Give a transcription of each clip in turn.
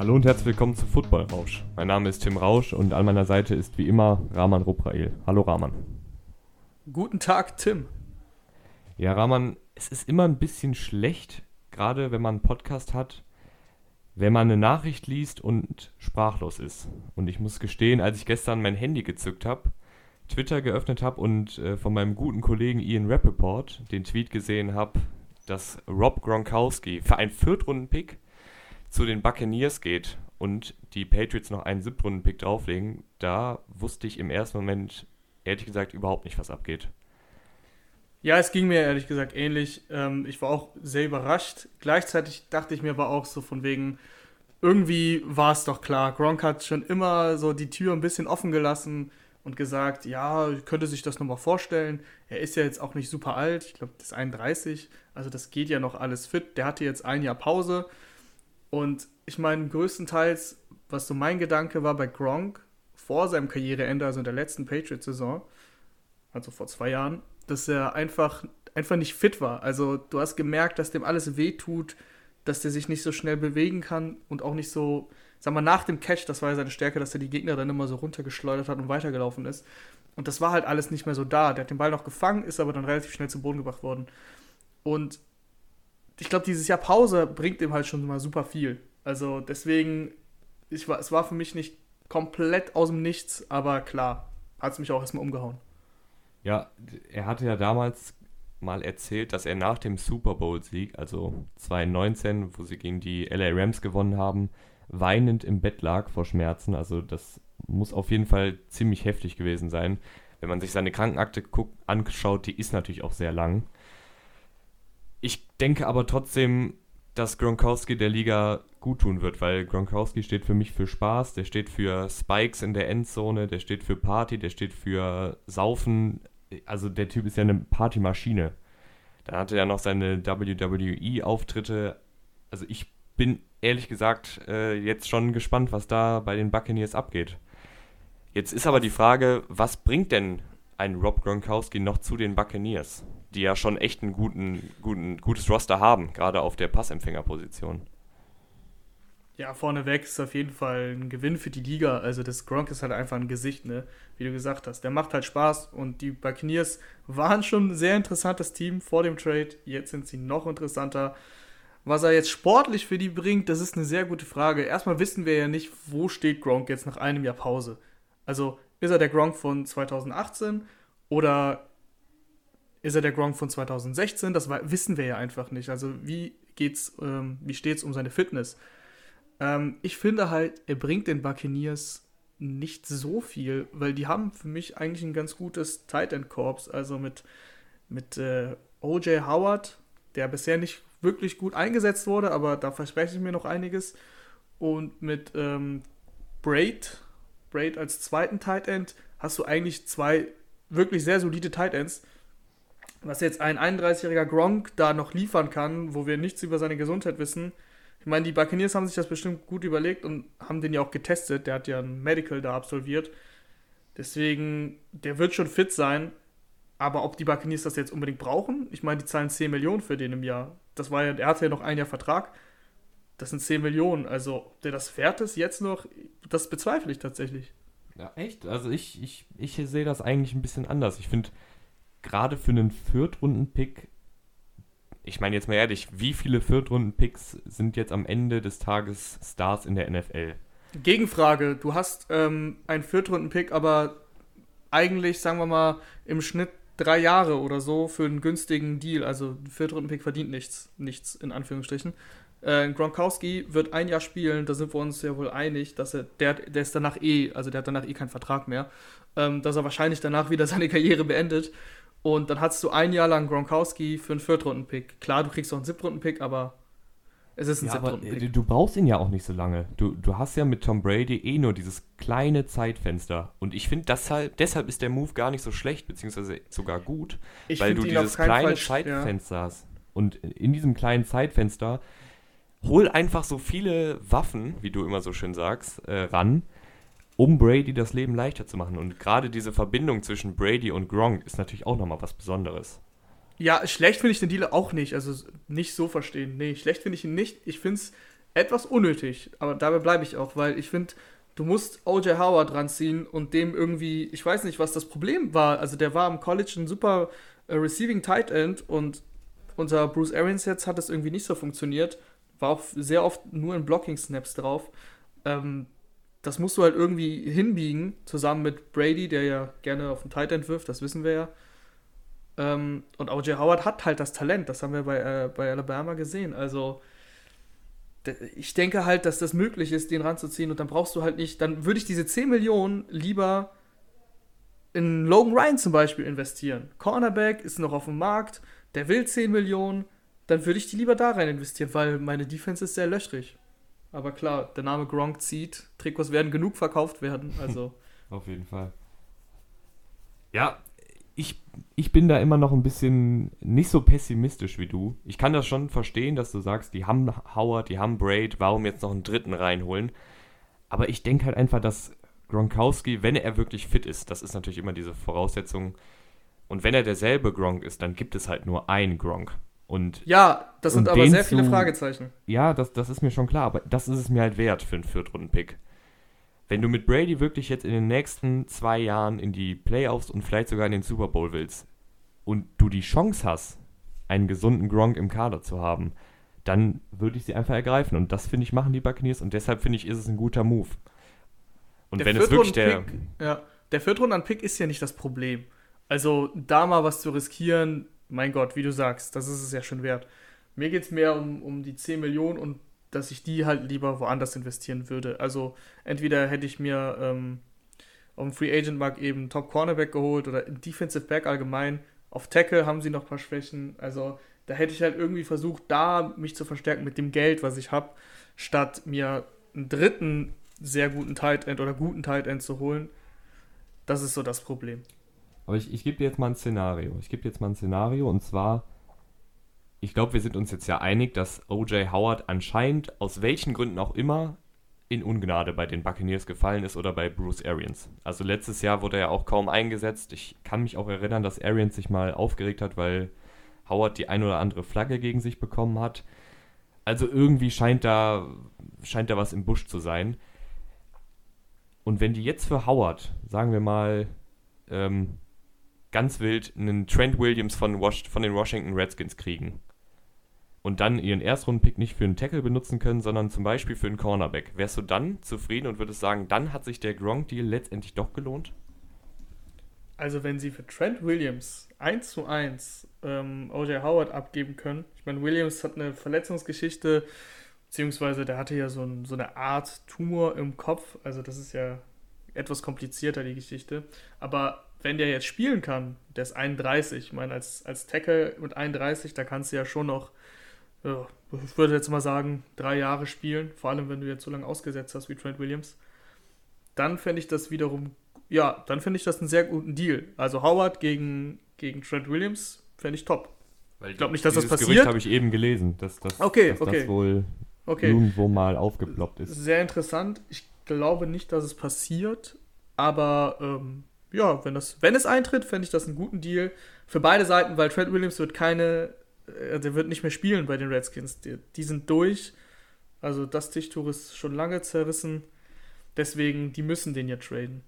Hallo und herzlich willkommen zu Football Rausch. Mein Name ist Tim Rausch und an meiner Seite ist wie immer Rahman Ruprael. Hallo Rahman. Guten Tag, Tim. Ja, Rahman, es ist immer ein bisschen schlecht, gerade wenn man einen Podcast hat, wenn man eine Nachricht liest und sprachlos ist. Und ich muss gestehen, als ich gestern mein Handy gezückt habe, Twitter geöffnet habe und von meinem guten Kollegen Ian Rappaport den Tweet gesehen habe, dass Rob Gronkowski für einen Viertrunden-Pick zu den Buccaneers geht und die Patriots noch einen Siebtrunden-Pick drauflegen, da wusste ich im ersten Moment, ehrlich gesagt, überhaupt nicht, was abgeht. Ja, es ging mir ehrlich gesagt ähnlich. Ich war auch sehr überrascht. Gleichzeitig dachte ich mir aber auch so von wegen, irgendwie war es doch klar. Gronk hat schon immer so die Tür ein bisschen offen gelassen und gesagt, ja, könnte sich das nochmal vorstellen. Er ist ja jetzt auch nicht super alt. Ich glaube, das ist 31. Also das geht ja noch alles fit. Der hatte jetzt ein Jahr Pause. Und ich meine, größtenteils, was so mein Gedanke war bei Gronk vor seinem Karriereende, also in der letzten Patriots-Saison, also vor 2 Jahren, dass er einfach nicht fit war. Also du hast gemerkt, dass dem alles wehtut, dass der sich nicht so schnell bewegen kann und auch nicht so, sag mal, nach dem Catch, das war ja seine Stärke, dass er die Gegner dann immer so runtergeschleudert hat und weitergelaufen ist. Und das war halt alles nicht mehr so da. Der hat den Ball noch gefangen, ist aber dann relativ schnell zu Boden gebracht worden. Und ich glaube, dieses Jahr Pause bringt ihm halt schon mal super viel. Also deswegen, es war für mich nicht komplett aus dem Nichts, aber klar, hat es mich auch erstmal umgehauen. Ja, er hatte ja damals mal erzählt, dass er nach dem Super Bowl-Sieg, also 2019, wo sie gegen die LA Rams gewonnen haben, weinend im Bett lag vor Schmerzen. Also das muss auf jeden Fall ziemlich heftig gewesen sein. Wenn man sich seine Krankenakte anschaut, die ist natürlich auch sehr lang. Ich denke aber trotzdem, dass Gronkowski der Liga gut tun wird, weil Gronkowski steht für mich für Spaß, der steht für Spikes in der Endzone, der steht für Party, der steht für Saufen. Also der Typ ist ja eine Partymaschine. Dann hatte er noch seine WWE-Auftritte. Also ich bin ehrlich gesagt jetzt schon gespannt, was da bei den Buccaneers abgeht. Jetzt ist aber die Frage, was bringt denn ein Rob Gronkowski noch zu den Buccaneers, die ja schon echt ein gutes Roster haben, gerade auf der Passempfängerposition. Ja, vorneweg ist auf jeden Fall ein Gewinn für die Liga. Also das Gronk ist halt einfach ein Gesicht, ne? Wie du gesagt hast. Der macht halt Spaß und die Buccaneers waren schon ein sehr interessantes Team vor dem Trade. Jetzt sind sie noch interessanter. Was er jetzt sportlich für die bringt, das ist eine sehr gute Frage. Erstmal wissen wir ja nicht, wo steht Gronk jetzt nach einem Jahr Pause. Also ist er der Gronk von 2018 oder ist er der Gronk von 2016? Wissen wir ja einfach nicht. Also wie steht's um seine Fitness? Ich finde halt, er bringt den Buccaneers nicht so viel, weil die haben für mich eigentlich ein ganz gutes Tight End Korps. Also mit O.J. Howard, der bisher nicht wirklich gut eingesetzt wurde, aber da verspreche ich mir noch einiges. Und mit Braid als zweiten Tight End hast du eigentlich 2 wirklich sehr solide Tight Ends. Was jetzt ein 31-jähriger Gronk da noch liefern kann, wo wir nichts über seine Gesundheit wissen. Ich meine, die Buccaneers haben sich das bestimmt gut überlegt und haben den ja auch getestet. Der hat ja ein Medical da absolviert. Deswegen, der wird schon fit sein. Aber ob die Buccaneers das jetzt unbedingt brauchen? Ich meine, die zahlen 10 Millionen für den im Jahr. Er hatte ja noch ein Jahr Vertrag. Das sind 10 Millionen. Also, ob der das wert ist jetzt noch, das bezweifle ich tatsächlich. Ja, echt? Also ich sehe das eigentlich ein bisschen anders. Ich finde, gerade für einen Viertrunden-Pick, ich meine jetzt mal ehrlich, wie viele Viertrunden-Picks sind jetzt am Ende des Tages Stars in der NFL? Gegenfrage, du hast einen Viertrunden-Pick, aber eigentlich, sagen wir mal, im Schnitt 3 Jahre oder so für einen günstigen Deal. Also ein Viertrunden-Pick verdient nichts in Anführungsstrichen. Gronkowski wird ein Jahr spielen, da sind wir uns ja wohl einig, dass der ist danach der hat danach keinen Vertrag mehr, dass er wahrscheinlich danach wieder seine Karriere beendet. Und dann hast du ein Jahr lang Gronkowski für einen Viertrunden-Pick. Klar, du kriegst auch einen Siebtrunden-Pick, aber es ist ein Siebtrunden-Pick. Du brauchst ihn ja auch nicht so lange. Du hast ja mit Tom Brady nur dieses kleine Zeitfenster. Und ich finde, deshalb ist der Move gar nicht so schlecht, beziehungsweise sogar gut, weil du dieses kleine Zeitfenster hast. Und in diesem kleinen Zeitfenster hol einfach so viele Waffen, wie du immer so schön sagst, ran, um Brady das Leben leichter zu machen. Und gerade diese Verbindung zwischen Brady und Gronk ist natürlich auch nochmal was Besonderes. Ja, schlecht finde ich den Deal auch nicht. Also nicht so verstehen. Nee, schlecht finde ich ihn nicht. Ich finde es etwas unnötig, aber dabei bleibe ich auch, weil ich finde, du musst O.J. Howard ranziehen und dem irgendwie, ich weiß nicht, was das Problem war. Also der war am College ein super Receiving Tight End und unter Bruce Arians jetzt hat das irgendwie nicht so funktioniert. War auch sehr oft nur in Blocking-Snaps drauf. Das musst du halt irgendwie hinbiegen, zusammen mit Brady, der ja gerne auf den Tight End wirft, das wissen wir ja. Und O.J. Howard hat halt das Talent, das haben wir bei Alabama gesehen. Also ich denke halt, dass das möglich ist, den ranzuziehen und dann brauchst du halt nicht, dann würde ich diese 10 Millionen lieber in Logan Ryan zum Beispiel investieren. Cornerback ist noch auf dem Markt, der will 10 Millionen, dann würde ich die lieber da rein investieren, weil meine Defense ist sehr löchrig. Aber klar, der Name Gronk zieht, Trikots werden genug verkauft werden, also. Auf jeden Fall. Ja, ich bin da immer noch ein bisschen nicht so pessimistisch wie du. Ich kann das schon verstehen, dass du sagst, die haben Howard, die haben Braid, warum jetzt noch einen dritten reinholen? Aber ich denke halt einfach, dass Gronkowski, wenn er wirklich fit ist, das ist natürlich immer diese Voraussetzung, und wenn er derselbe Gronk ist, dann gibt es halt nur einen Gronk. Und ja, das sind aber sehr viele zu, Fragezeichen. Ja, das ist mir schon klar, aber das ist es mir halt wert für einen Viertrunden-Pick. Wenn du mit Brady wirklich jetzt in den nächsten 2 Jahren in die Playoffs und vielleicht sogar in den Super Bowl willst und du die Chance hast, einen gesunden Gronk im Kader zu haben, dann würde ich sie einfach ergreifen. Und das, finde ich, machen die Buccaneers und deshalb, finde ich, ist es ein guter Move. Und wenn es wirklich der Viertrunden-Pick ist ja nicht das Problem. Also da mal was zu riskieren, mein Gott, wie du sagst, das ist es ja schon wert. Mir geht es mehr um die 10 Millionen und dass ich die halt lieber woanders investieren würde. Also entweder hätte ich mir auf dem Free Agent Markt eben Top Cornerback geholt oder Defensive Back allgemein. Auf Tackle haben sie noch ein paar Schwächen. Also da hätte ich halt irgendwie versucht, da mich zu verstärken mit dem Geld, was ich habe, statt mir einen dritten sehr guten Tight End oder guten Tight End zu holen. Das ist so das Problem. Aber ich gebe dir jetzt mal ein Szenario. Und zwar, ich glaube, wir sind uns jetzt ja einig, dass O.J. Howard anscheinend, aus welchen Gründen auch immer, in Ungnade bei den Buccaneers gefallen ist oder bei Bruce Arians. Also letztes Jahr wurde er auch kaum eingesetzt. Ich kann mich auch erinnern, dass Arians sich mal aufgeregt hat, weil Howard die ein oder andere Flagge gegen sich bekommen hat. Also irgendwie scheint da was im Busch zu sein. Und wenn die jetzt für Howard, sagen wir mal, ganz wild einen Trent Williams von den Washington Redskins kriegen und dann ihren Erstrunden-Pick nicht für einen Tackle benutzen können, sondern zum Beispiel für einen Cornerback, wärst du dann zufrieden und würdest sagen, dann hat sich der Gronk-Deal letztendlich doch gelohnt? Also wenn sie für Trent Williams 1:1 O.J. Howard abgeben können, ich meine, Williams hat eine Verletzungsgeschichte, beziehungsweise der hatte ja so eine Art Tumor im Kopf, also das ist ja etwas komplizierter, die Geschichte, aber wenn der jetzt spielen kann, der ist 31, ich meine, als Tackle mit 31, da kannst du ja schon noch, ja, ich würde jetzt mal sagen, 3 Jahre spielen, vor allem wenn du jetzt so lange ausgesetzt hast wie Trent Williams, dann fände ich das wiederum, ja, dann finde ich das einen sehr guten Deal. Also Howard gegen Trent Williams fände ich top. Weil ich glaube nicht, dass das passiert. Das Gerücht habe ich eben gelesen, dass das wohl irgendwo mal aufgeploppt ist. Sehr interessant. Ich glaube nicht, dass es passiert, aber ja, wenn es eintritt, fände ich das einen guten Deal für beide Seiten, weil Trent Williams der wird nicht mehr spielen bei den Redskins. Die sind durch. Also das Tischtuch ist schon lange zerrissen. Deswegen, die müssen den ja traden.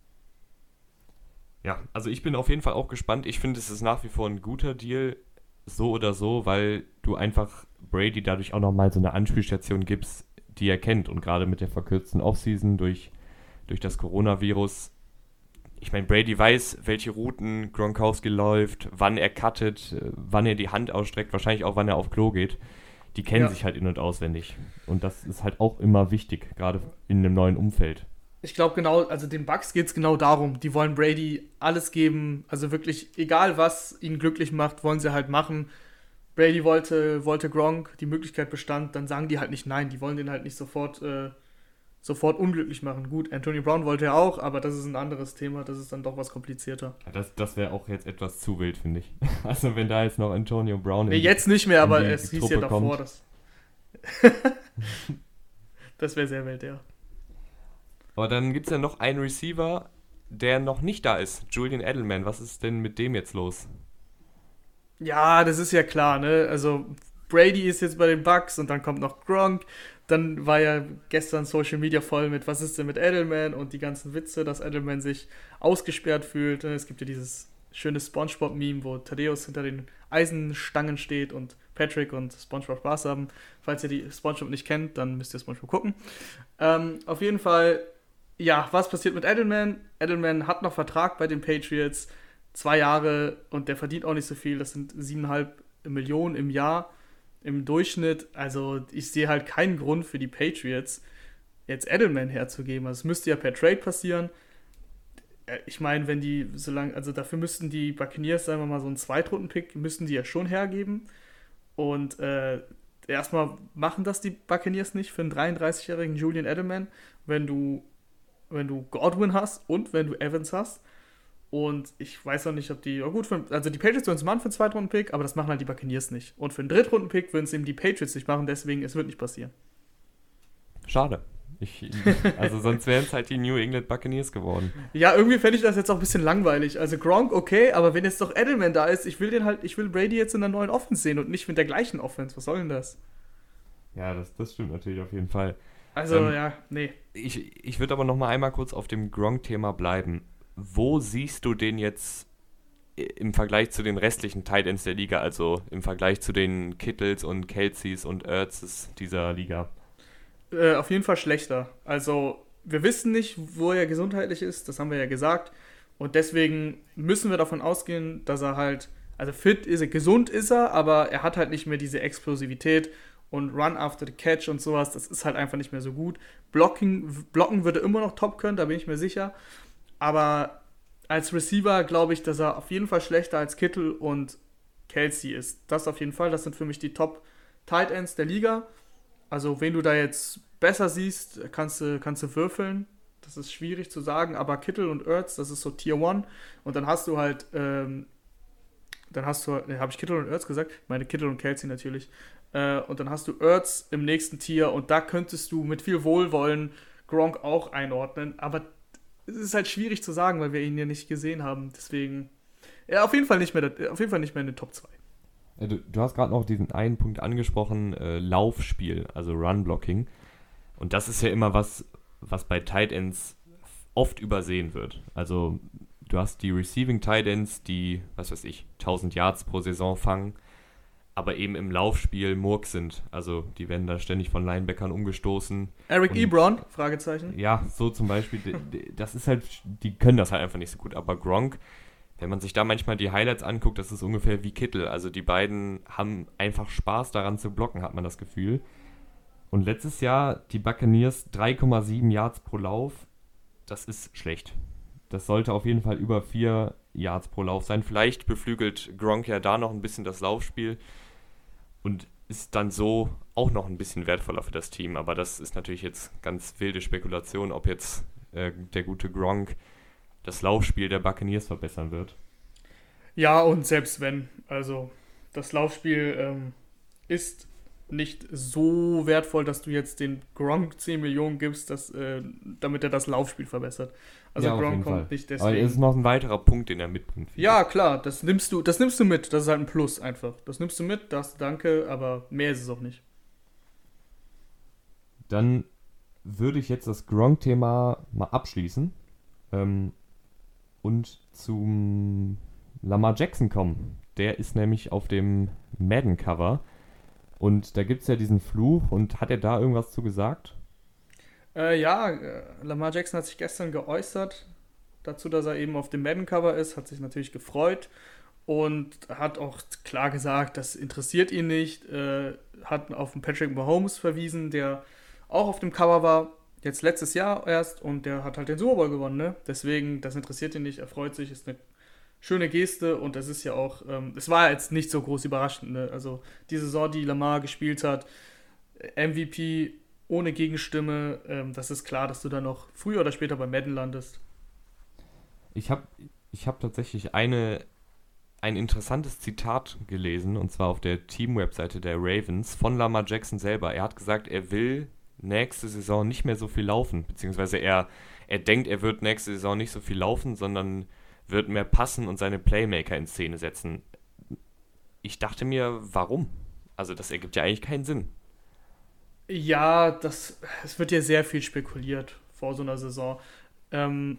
Ja, also ich bin auf jeden Fall auch gespannt. Ich finde, es ist nach wie vor ein guter Deal, so oder so, weil du einfach Brady dadurch auch nochmal so eine Anspielstation gibst, die er kennt. Und gerade mit der verkürzten Offseason durch das Coronavirus. Ich meine, Brady weiß, welche Routen Gronkowski läuft, wann er cuttet, wann er die Hand ausstreckt, wahrscheinlich auch, wann er auf Klo geht. Die kennen sich halt in- und auswendig. Und das ist halt auch immer wichtig, gerade in einem neuen Umfeld. Ich glaube genau, also den Bucks geht es genau darum. Die wollen Brady alles geben, also wirklich, egal was ihn glücklich macht, wollen sie halt machen. Brady wollte Gronk, die Möglichkeit bestand, dann sagen die halt nicht nein, die wollen den halt nicht sofort unglücklich machen. Gut, Antonio Brown wollte er auch, aber das ist ein anderes Thema, das ist dann doch was komplizierter. Ja, das wäre auch jetzt etwas zu wild, finde ich. Also wenn da jetzt noch Antonio Brown jetzt nicht mehr, aber es hieß ja davor, dass das wäre sehr wild, ja. Aber dann gibt es ja noch einen Receiver, der noch nicht da ist. Julian Edelman, was ist denn mit dem jetzt los? Ja, das ist ja klar, ne? Also Brady ist jetzt bei den Bucks und dann kommt noch Gronk. Dann war ja gestern Social Media voll mit, was ist denn mit Edelman und die ganzen Witze, dass Edelman sich ausgesperrt fühlt. Es gibt ja dieses schöne SpongeBob-Meme, wo Thaddeus hinter den Eisenstangen steht und Patrick und SpongeBob Spaß haben. Falls ihr die SpongeBob nicht kennt, dann müsst ihr SpongeBob gucken. Auf jeden Fall, ja, was passiert mit Edelman? Edelman hat noch Vertrag bei den Patriots, 2 Jahre, und der verdient auch nicht so viel. Das sind 7,5 Millionen im Jahr im Durchschnitt. Also ich sehe halt keinen Grund für die Patriots, jetzt Edelman herzugeben. Also es müsste ja per Trade passieren. Ich meine, wenn die also dafür müssten die Buccaneers, sagen wir mal, so einen Zweitrunden-Pick, müssten die ja schon hergeben. Und erstmal machen das die Buccaneers nicht für einen 33-jährigen Julian Edelman, wenn du Godwin hast und wenn du Evans hast. Und ich weiß auch nicht, ob die, also die Patriots würden es machen für einen Zweitrunden-Pick, aber das machen halt die Buccaneers nicht. Und für einen Drittrunden-Pick würden es eben die Patriots nicht machen, deswegen, es wird nicht passieren. Schade. Also sonst wären es halt die New England Buccaneers geworden. Ja, irgendwie fände ich das jetzt auch ein bisschen langweilig. Also Gronk, okay, aber wenn jetzt doch Edelman da ist, ich will Brady jetzt in einer neuen Offense sehen und nicht mit der gleichen Offense. Was soll denn das? Ja, das stimmt natürlich auf jeden Fall. Also, nee. Ich würde aber noch mal einmal kurz auf dem Gronk-Thema bleiben. Wo siehst du den jetzt im Vergleich zu den restlichen Tight Ends der Liga, also im Vergleich zu den Kittles und Kelceys und Ertzes dieser Liga? Auf jeden Fall schlechter. Also, wir wissen nicht, wo er gesundheitlich ist, das haben wir ja gesagt. Und deswegen müssen wir davon ausgehen, dass er halt, also fit ist er, gesund ist er, aber er hat halt nicht mehr diese Explosivität und Run after the Catch und sowas, das ist halt einfach nicht mehr so gut. Blocken würde er immer noch top können, da bin ich mir sicher. Aber als Receiver glaube ich, dass er auf jeden Fall schlechter als Kittle und Kelce ist. Das auf jeden Fall, das sind für mich die Top Tight Ends der Liga. Also wen du da jetzt besser siehst, kannst du würfeln. Das ist schwierig zu sagen, aber Kittle und Ertz, das ist so Tier 1. Und dann hast du halt, habe ich Kittle und Ertz gesagt? Ich meine Kittle und Kelce natürlich. Und dann hast du Ertz im nächsten Tier und da könntest du mit viel Wohlwollen Gronk auch einordnen. Aber es ist halt schwierig zu sagen, weil wir ihn ja nicht gesehen haben. Deswegen, ja, auf jeden Fall nicht mehr in den Top 2. Du hast gerade noch diesen einen Punkt angesprochen, Laufspiel, also Run-Blocking. Und das ist ja immer was bei Tight Ends oft übersehen wird. Also du hast die Receiving Tight Ends, die, 1000 Yards pro Saison fangen, aber eben im Laufspiel Murks sind. Also die werden da ständig von Linebackern umgestoßen. Eric Ebron? Fragezeichen. Ja, so zum Beispiel. Das ist halt, die können das halt einfach nicht so gut. Aber Gronk, wenn man sich da manchmal die Highlights anguckt, das ist ungefähr wie Kittle. Also die beiden haben einfach Spaß daran zu blocken, hat man das Gefühl. Und letztes Jahr die Buccaneers 3,7 Yards pro Lauf. Das ist schlecht. Das sollte auf jeden Fall über 4 Yards pro Lauf sein. Vielleicht beflügelt Gronk ja da noch ein bisschen das Laufspiel und ist dann so auch noch ein bisschen wertvoller für das Team. Aber das ist natürlich jetzt ganz wilde Spekulation, ob jetzt der gute Gronk das Laufspiel der Buccaneers verbessern wird. Ja, und selbst wenn. Also das Laufspiel ist nicht so wertvoll, dass du jetzt den Gronk 10 Millionen gibst, damit er das Laufspiel verbessert. Also ja, Gronk kommt nicht deswegen. Aber es ist noch ein weiterer Punkt, den er mitbringt. Ja, klar, das nimmst du mit. Das ist halt ein Plus einfach. Das nimmst du mit, danke, aber mehr ist es auch nicht. Dann würde ich jetzt das Gronk-Thema mal abschließen und zum Lamar Jackson kommen. Der ist nämlich auf dem Madden-Cover. Und da gibt es ja diesen Fluch. Und hat er da irgendwas zu gesagt? Lamar Jackson hat sich gestern geäußert dazu, dass er eben auf dem Madden-Cover ist. Hat sich natürlich gefreut. Und hat auch klar gesagt, das interessiert ihn nicht. Hat auf den Patrick Mahomes verwiesen, der auch auf dem Cover war. Jetzt letztes Jahr erst. Und der hat halt den Super Bowl gewonnen, ne? Deswegen, das interessiert ihn nicht. Er freut sich. Ist eine schöne Geste und das ist ja auch, es war jetzt nicht so groß überraschend, ne? Also die Saison, die Lamar gespielt hat, MVP ohne Gegenstimme, das ist klar, dass du dann noch früher oder später bei Madden landest. Ich hab tatsächlich ein interessantes Zitat gelesen, und zwar auf der Team-Webseite der Ravens von Lamar Jackson selber. Er hat gesagt, er will nächste Saison nicht mehr so viel laufen, beziehungsweise er denkt, er wird nächste Saison nicht so viel laufen, sondern wird mehr passen und seine Playmaker in Szene setzen. Ich dachte mir, warum? Also das ergibt ja eigentlich keinen Sinn. Ja, es wird ja sehr viel spekuliert vor so einer Saison. Ähm,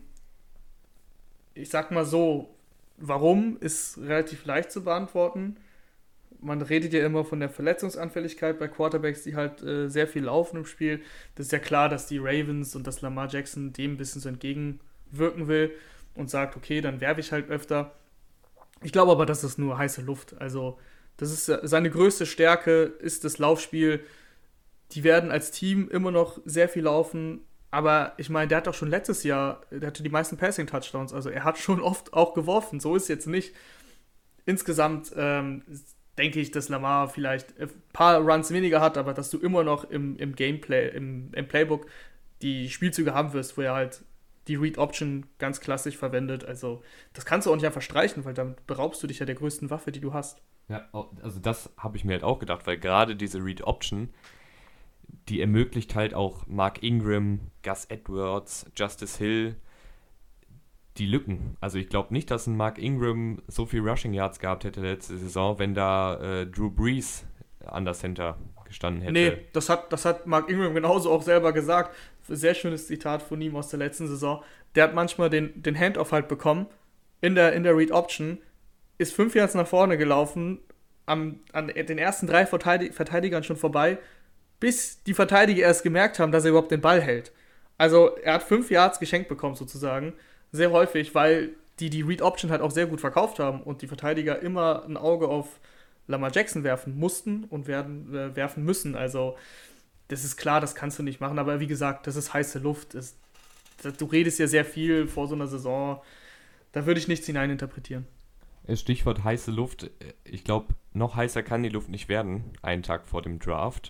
Ich sag mal so, warum ist relativ leicht zu beantworten. Man redet ja immer von der Verletzungsanfälligkeit bei Quarterbacks, die halt sehr viel laufen im Spiel. Das ist ja klar, dass die Ravens und dass Lamar Jackson dem ein bisschen so entgegenwirken will und sagt, okay, dann werfe ich halt öfter. Ich glaube aber, das ist nur heiße Luft. Also, das ist seine größte Stärke, ist das Laufspiel. Die werden als Team immer noch sehr viel laufen. Aber ich meine, der hat doch schon letztes Jahr, der hatte die meisten Passing-Touchdowns. Also er hat schon oft auch geworfen. So ist es jetzt nicht. Insgesamt denke ich, dass Lamar vielleicht ein paar Runs weniger hat, aber dass du immer noch im Gameplay, im Playbook die Spielzüge haben wirst, wo er halt die Read-Option ganz klassisch verwendet. Also das kannst du auch nicht einfach streichen, weil damit beraubst du dich ja der größten Waffe, die du hast. Ja, also das habe ich mir halt auch gedacht, weil gerade diese Read-Option, die ermöglicht halt auch Mark Ingram, Gus Edwards, Justice Hill die Lücken. Also ich glaube nicht, dass ein Mark Ingram so viel Rushing Yards gehabt hätte letzte Saison, wenn da Drew Brees an der Center gestanden hätte. Nee, das hat Mark Ingram genauso auch selber gesagt. Sehr schönes Zitat von ihm aus der letzten Saison. Der hat manchmal den Handoff halt bekommen in der Read Option, ist 5 Yards nach vorne gelaufen, an den ersten 3 Verteidigern schon vorbei, bis die Verteidiger erst gemerkt haben, dass er überhaupt den Ball hält. Also er hat 5 Yards geschenkt bekommen sozusagen, sehr häufig, weil die Read Option halt auch sehr gut verkauft haben und die Verteidiger immer ein Auge auf Lamar Jackson werfen mussten und werfen müssen. Also das ist klar, das kannst du nicht machen, aber wie gesagt, das ist heiße Luft. Du redest ja sehr viel vor so einer Saison, da würde ich nichts hineininterpretieren. Stichwort heiße Luft. Ich glaube, noch heißer kann die Luft nicht werden, einen Tag vor dem Draft.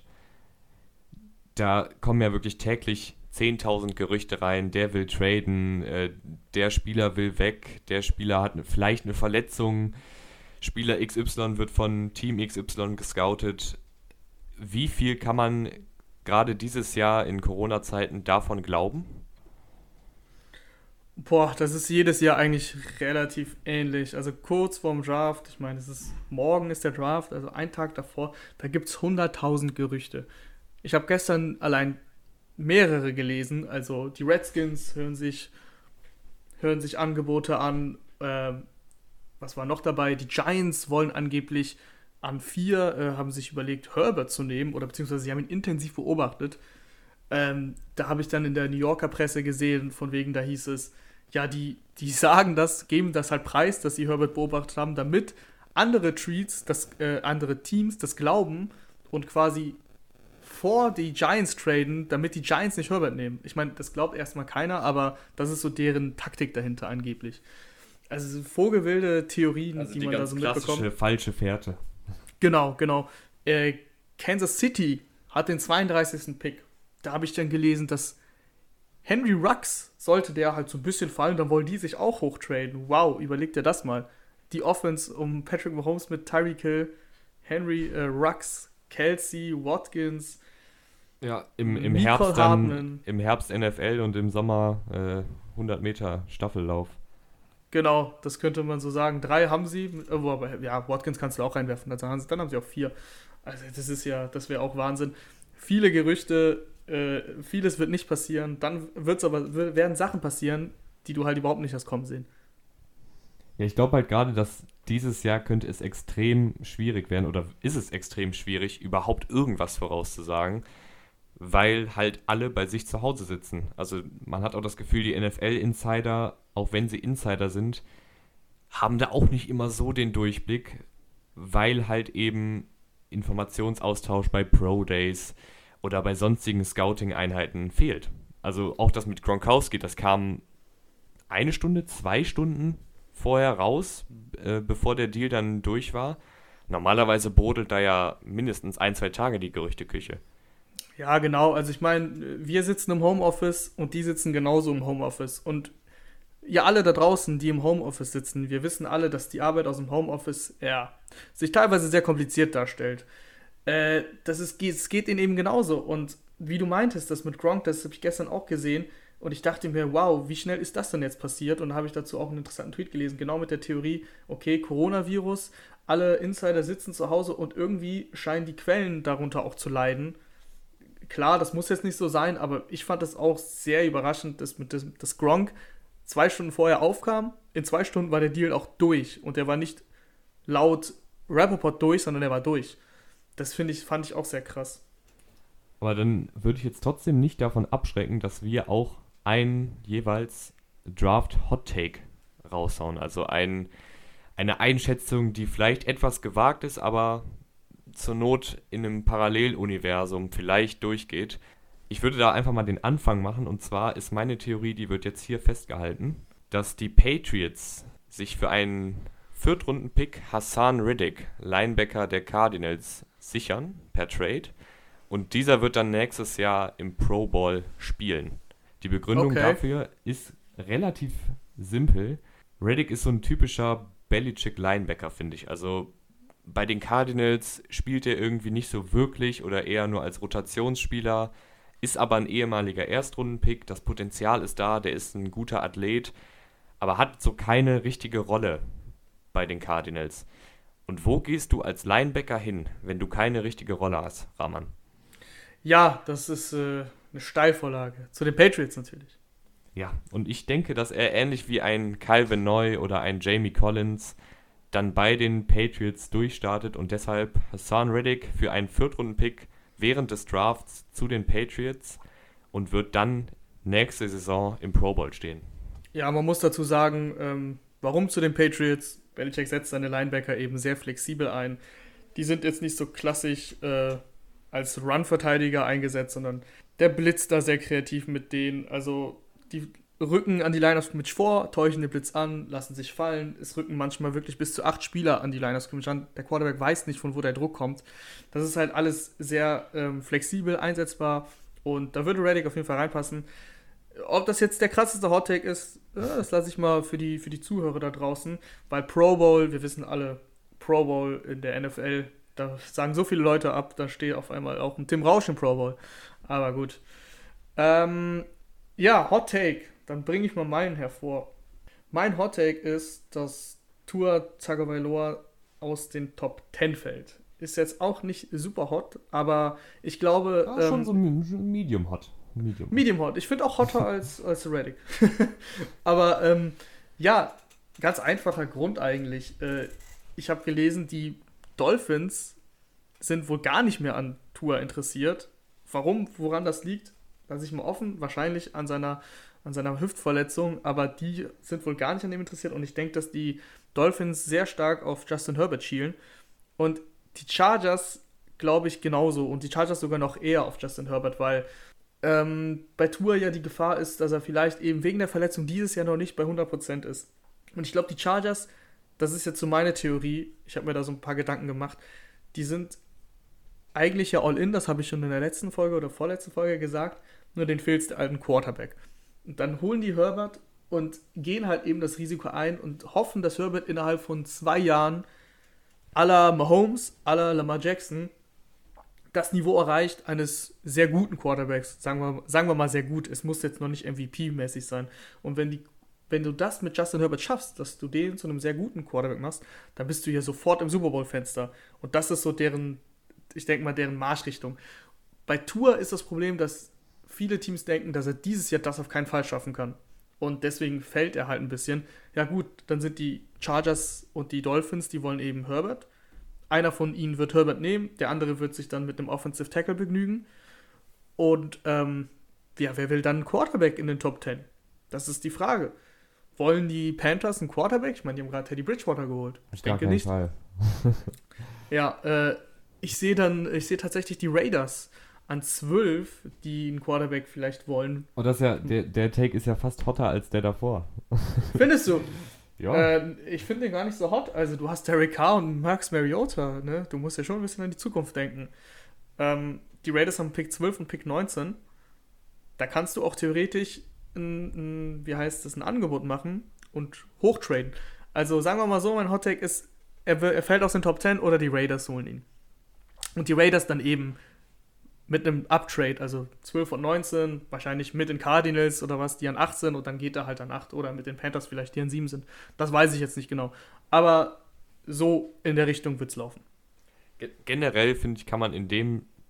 Da kommen ja wirklich täglich 10.000 Gerüchte rein, der will traden, der Spieler will weg, der Spieler hat vielleicht eine Verletzung, Spieler XY wird von Team XY gescoutet. Wie viel kann man gerade dieses Jahr in Corona-Zeiten davon glauben? Boah, das ist jedes Jahr eigentlich relativ ähnlich. Also kurz vorm Draft, ich meine, morgen ist der Draft, also ein Tag davor, da gibt es 100.000 Gerüchte. Ich habe gestern allein mehrere gelesen, also die Redskins hören sich Angebote an, was war noch dabei? Die Giants wollen angeblich an 4, haben sich überlegt, Herbert zu nehmen, oder beziehungsweise sie haben ihn intensiv beobachtet. Da habe ich dann in der New Yorker Presse gesehen, von wegen, da hieß es, ja, die sagen das, geben das halt preis, dass sie Herbert beobachtet haben, damit andere Teams das glauben und quasi vor die Giants traden, damit die Giants nicht Herbert nehmen. Ich meine, das glaubt erstmal keiner, aber das ist so deren Taktik dahinter angeblich. Also vogelwilde Theorien, Also die die man da ganz so klassische mitbekommt. falsche Fährte. Genau, genau. Kansas City hat den 32. Pick. Da habe ich dann gelesen, dass Henry Ruggs sollte der halt so ein bisschen fallen, dann wollen die sich auch hochtraden. Wow, überleg dir das mal. Die Offense um Patrick Mahomes mit Tyreek Hill, Henry Ruggs, Kelsey, Watkins, Ja, im Nicole Herbst Hardman. im Herbst NFL und im Sommer 100 Meter Staffellauf. Genau, das könnte man so sagen. 3 haben sie, aber ja, Watkins kannst du auch reinwerfen, dann haben sie auch 4. Also das wäre auch Wahnsinn. Viele Gerüchte, vieles wird nicht passieren, dann werden Sachen passieren, die du halt überhaupt nicht hast kommen sehen. Ja, ich glaube halt gerade, dass dieses Jahr könnte es extrem schwierig werden oder ist es extrem schwierig, überhaupt irgendwas vorauszusagen, weil halt alle bei sich zu Hause sitzen. Also man hat auch das Gefühl, die NFL-Insider, auch wenn sie Insider sind, haben da auch nicht immer so den Durchblick, weil halt eben Informationsaustausch bei Pro Days oder bei sonstigen Scouting-Einheiten fehlt. Also auch das mit Gronkowski, das kam 1 Stunde, 2 Stunden vorher raus, bevor der Deal dann durch war. Normalerweise brodelt da ja mindestens 1, 2 Tage die Gerüchteküche. Ja, genau. Also ich meine, wir sitzen im Homeoffice und die sitzen genauso im Homeoffice. Und ihr alle da draußen, die im Homeoffice sitzen, wir wissen alle, dass die Arbeit aus dem Homeoffice, ja, sich teilweise sehr kompliziert darstellt. Es geht ihnen eben genauso. Und wie du meintest, das mit Gronk, das habe ich gestern auch gesehen. Und ich dachte mir, wow, wie schnell ist das denn jetzt passiert? Und da habe ich dazu auch einen interessanten Tweet gelesen, genau mit der Theorie, okay, Coronavirus, alle Insider sitzen zu Hause und irgendwie scheinen die Quellen darunter auch zu leiden. klar, das muss jetzt nicht so sein, aber ich fand das auch sehr überraschend, dass Gronk 2 Stunden vorher aufkam. In 2 Stunden war der Deal auch durch und der war nicht laut Rappaport durch, sondern der war durch. Das fand ich auch sehr krass. Aber dann würde ich jetzt trotzdem nicht davon abschrecken, dass wir auch ein jeweils Draft-Hot-Take raushauen. Also eine Einschätzung, die vielleicht etwas gewagt ist, aber zur Not in einem Paralleluniversum vielleicht durchgeht. Ich würde da einfach mal den Anfang machen, und zwar ist meine Theorie, die wird jetzt hier festgehalten, dass die Patriots sich für einen Viertrunden-Pick Hassan Reddick, Linebacker der Cardinals, sichern per Trade. Und dieser wird dann nächstes Jahr im Pro Bowl spielen. Die Begründung dafür ist relativ simpel. Reddick ist so ein typischer Belichick-Linebacker, finde ich. Also bei den Cardinals spielt er irgendwie nicht so wirklich oder eher nur als Rotationsspieler, ist aber ein ehemaliger Erstrundenpick. Das Potenzial ist da, der ist ein guter Athlet, aber hat so keine richtige Rolle bei den Cardinals. Und wo gehst du als Linebacker hin, wenn du keine richtige Rolle hast, Rahman? Ja, das ist eine Steilvorlage. Zu den Patriots natürlich. Ja, und ich denke, dass er ähnlich wie ein Calvin Neu oder ein Jamie Collins dann bei den Patriots durchstartet und deshalb Hassan Reddick für einen Viertrunden-Pick während des Drafts zu den Patriots und wird dann nächste Saison im Pro Bowl stehen. Ja, man muss dazu sagen, warum zu den Patriots? Belichick setzt seine Linebacker eben sehr flexibel ein. Die sind jetzt nicht so klassisch als Run-Verteidiger eingesetzt, sondern der blitzt da sehr kreativ mit denen. Also die rücken an die Line of Scrimmage vor, täuschen den Blitz an, lassen sich fallen. Es rücken manchmal wirklich bis zu 8 Spieler an die Line of Scrimmage an. Der Quarterback weiß nicht, von wo der Druck kommt. Das ist halt alles sehr flexibel einsetzbar und da würde Reddick auf jeden Fall reinpassen. Ob das jetzt der krasseste Hot-Take ist, das lasse ich mal für die Zuhörer da draußen, weil Pro Bowl, wir wissen alle, Pro Bowl in der NFL, da sagen so viele Leute ab, da steht auf einmal auch ein Tim Rausch im Pro Bowl. Aber gut. Ja, Hot Take. Dann bringe ich mal meinen hervor. Mein Hot Take ist, dass Tua Tagovailoa aus den Top 10 fällt. Ist jetzt auch nicht super hot, aber ich glaube... schon so medium hot. Medium hot. Ich finde auch hotter als Reddick. Aber ja, ganz einfacher Grund eigentlich. Ich habe gelesen, die Dolphins sind wohl gar nicht mehr an Tua interessiert. Warum? Woran das liegt? Lasse ich mal offen. Wahrscheinlich an seiner Hüftverletzung, aber die sind wohl gar nicht an dem interessiert und ich denke, dass die Dolphins sehr stark auf Justin Herbert schielen und die Chargers glaube ich genauso und die Chargers sogar noch eher auf Justin Herbert, weil bei Tua ja die Gefahr ist, dass er vielleicht eben wegen der Verletzung dieses Jahr noch nicht bei 100% ist. Und ich glaube, die Chargers, das ist jetzt so meine Theorie, ich habe mir da so ein paar Gedanken gemacht, die sind eigentlich ja all in, das habe ich schon in der letzten Folge oder vorletzten Folge gesagt, nur denen fehlt der alten Quarterback. Und dann holen die Herbert und gehen halt eben das Risiko ein und hoffen, dass Herbert innerhalb von 2 Jahren à la Mahomes, à la Lamar Jackson das Niveau erreicht eines sehr guten Quarterbacks. Sagen wir mal sehr gut. Es muss jetzt noch nicht MVP-mäßig sein. Und wenn du das mit Justin Herbert schaffst, dass du den zu einem sehr guten Quarterback machst, dann bist du ja sofort im Super Bowl-Fenster. Und das ist so deren Marschrichtung. Bei Tua ist das Problem, dass viele Teams denken, dass er dieses Jahr das auf keinen Fall schaffen kann. Und deswegen fällt er halt ein bisschen. Ja gut, dann sind die Chargers und die Dolphins, die wollen eben Herbert. Einer von ihnen wird Herbert nehmen, der andere wird sich dann mit einem Offensive Tackle begnügen. Und wer will dann einen Quarterback in den Top 10? Das ist die Frage. Wollen die Panthers einen Quarterback? Ich meine, die haben gerade Teddy Bridgewater geholt. Ich denke nicht. Fall. Ja, ich sehe tatsächlich die Raiders an 12, die einen Quarterback vielleicht wollen. Oh, das ist ja, der Take ist ja fast hotter als der davor. Findest du? Ja. Ich finde den gar nicht so hot. Also du hast Derek Carr und Marcus Mariota, ne? Du musst ja schon ein bisschen an die Zukunft denken. Die Raiders haben Pick 12 und Pick 19. Da kannst du auch theoretisch ein Angebot machen und hochtraden. Also sagen wir mal so, mein Hottake ist, er fällt aus den Top 10 oder die Raiders holen ihn. Und die Raiders dann eben mit einem Uptrade, also 12 und 19, wahrscheinlich mit den Cardinals oder was, die an 8 sind und dann geht er halt an 8 oder mit den Panthers vielleicht, die an 7 sind. Das weiß ich jetzt nicht genau. Aber so in der Richtung wird es laufen. Generell, finde ich, kann man in dem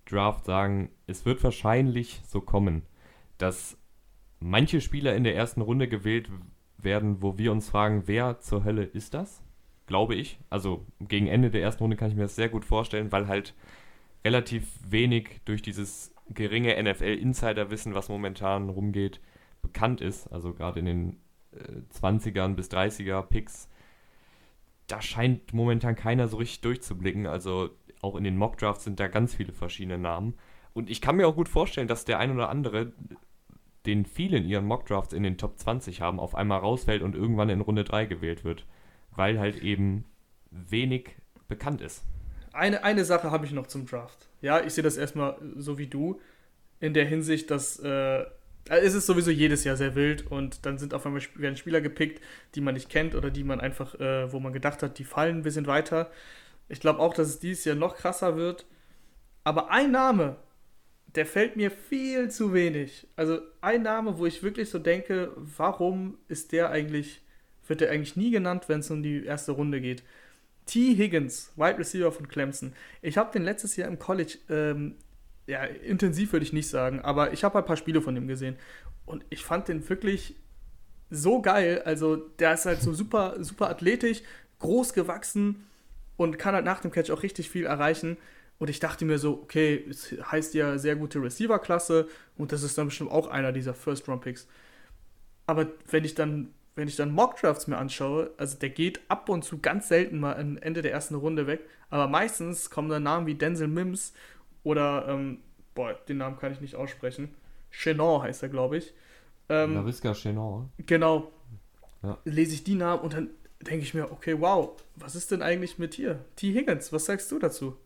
Draft sagen, es wird wahrscheinlich so kommen, dass manche Spieler in der ersten Runde gewählt werden, wo wir uns fragen, wer zur Hölle ist das? Glaube ich. Also gegen Ende der ersten Runde kann ich mir das sehr gut vorstellen, weil halt relativ wenig durch dieses geringe NFL-Insider-Wissen, was momentan rumgeht, bekannt ist. Also gerade in den 20ern bis 30er Picks, da scheint momentan keiner so richtig durchzublicken. Also auch in den Mock-Drafts sind da ganz viele verschiedene Namen. Und ich kann mir auch gut vorstellen, dass der ein oder andere, den viele in ihren Mock-Drafts in den Top 20 haben, auf einmal rausfällt und irgendwann in Runde 3 gewählt wird. Weil halt eben wenig bekannt ist. Eine Sache habe ich noch zum Draft. Ja, ich sehe das erstmal so wie du, in der Hinsicht, dass es ist sowieso jedes Jahr sehr wild und dann sind auf einmal werden Spieler gepickt, die man nicht kennt oder die man einfach, wo man gedacht hat, die fallen ein bisschen weiter. Ich glaube auch, dass es dieses Jahr noch krasser wird. Aber ein Name, der fällt mir viel zu wenig. Also ein Name, wo ich wirklich so denke, warum wird der eigentlich nie genannt, wenn es um die erste Runde geht. T. Higgins, Wide Receiver von Clemson. Ich habe den letztes Jahr im College, intensiv würde ich nicht sagen, aber ich habe ein paar Spiele von ihm gesehen. Und ich fand den wirklich so geil. Also der ist halt so super, super athletisch, groß gewachsen und kann halt nach dem Catch auch richtig viel erreichen. Und ich dachte mir so, okay, es heißt ja sehr gute Receiver-Klasse und das ist dann bestimmt auch einer dieser First-Round-Picks. Aber wenn ich dann Mock-Drafts mir anschaue, also der geht ab und zu ganz selten mal am Ende der ersten Runde weg, aber meistens kommen dann Namen wie Denzel Mims oder, den Namen kann ich nicht aussprechen, Chennault heißt er, glaube ich. Laviska Chennault. Genau. Ja. Lese ich die Namen und dann denke ich mir, okay, wow, was ist denn eigentlich mit hier? T. Higgins, was sagst du dazu?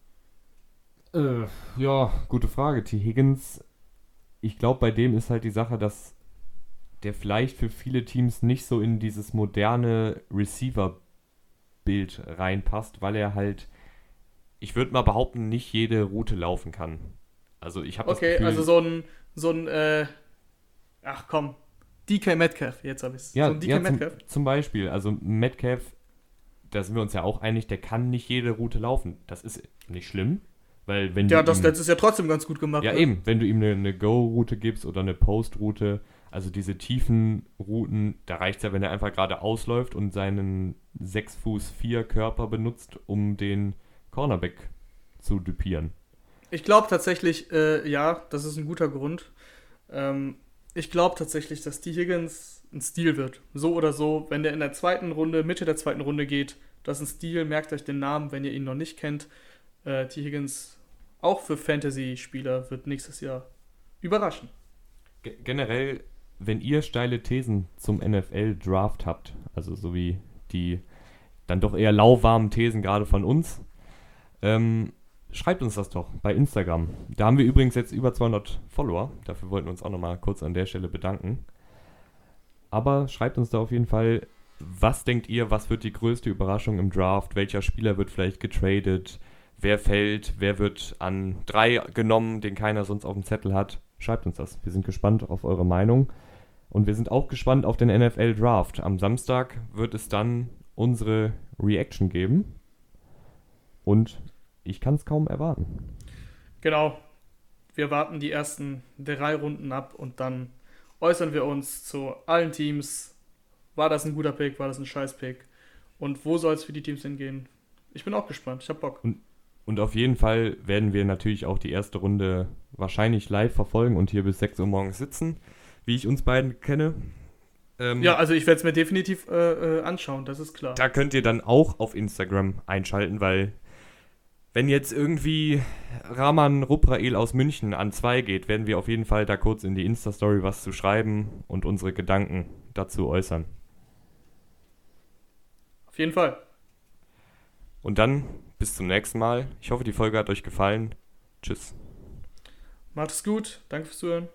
Ja, gute Frage. T. Higgins, ich glaube, bei dem ist halt die Sache, dass der vielleicht für viele Teams nicht so in dieses moderne Receiver-Bild reinpasst, weil er halt, ich würde mal behaupten, nicht jede Route laufen kann. Also ich habe das Gefühl... Okay, also so ein ach komm, DK Metcalf, jetzt habe ich es. Ja, so ein DK Metcalf. zum Beispiel, also Metcalf, da sind wir uns ja auch einig, der kann nicht jede Route laufen. Das ist nicht schlimm, weil wenn der hat das letztes Jahr trotzdem ganz gut gemacht. Ja, ne? eben, wenn du ihm eine Go-Route gibst oder eine Post-Route, also diese tiefen Routen, da reicht es ja, wenn er einfach gerade ausläuft und seinen 6'4" Körper benutzt, um den Cornerback zu düpieren. Ich glaube tatsächlich, ja, das ist ein guter Grund. Ich glaube tatsächlich, dass T. Higgins ein Stil wird. So oder so, wenn der in der zweiten Runde, Mitte der zweiten Runde geht, das ist ein Stil, merkt euch den Namen, wenn ihr ihn noch nicht kennt. T. Higgins, auch für Fantasy-Spieler, wird nächstes Jahr überraschen. Generell, wenn ihr steile Thesen zum NFL-Draft habt, also so wie die dann doch eher lauwarmen Thesen gerade von uns, schreibt uns das doch bei Instagram. Da haben wir übrigens jetzt über 200 Follower. Dafür wollten wir uns auch nochmal kurz an der Stelle bedanken. Aber schreibt uns da auf jeden Fall, was denkt ihr, was wird die größte Überraschung im Draft? Welcher Spieler wird vielleicht getradet? Wer fällt? Wer wird an 3 genommen, den keiner sonst auf dem Zettel hat? Schreibt uns das. Wir sind gespannt auf eure Meinung. Und wir sind auch gespannt auf den NFL-Draft. Am Samstag wird es dann unsere Reaction geben. Und ich kann es kaum erwarten. Genau. Wir warten die ersten 3 Runden ab und dann äußern wir uns zu allen Teams. War das ein guter Pick? War das ein Scheiß-Pick? Und wo soll es für die Teams hingehen? Ich bin auch gespannt. Ich hab Bock. Und auf jeden Fall werden wir natürlich auch die erste Runde wahrscheinlich live verfolgen und hier bis 6 Uhr morgens sitzen, wie ich uns beiden kenne. Ja, also ich werde es mir definitiv anschauen, das ist klar. Da könnt ihr dann auch auf Instagram einschalten, weil wenn jetzt irgendwie Rahman Ruprael aus München an 2 geht, werden wir auf jeden Fall da kurz in die Insta-Story was zu schreiben und unsere Gedanken dazu äußern. Auf jeden Fall. Und dann bis zum nächsten Mal. Ich hoffe, die Folge hat euch gefallen. Tschüss. Macht es gut. Danke fürs Zuhören.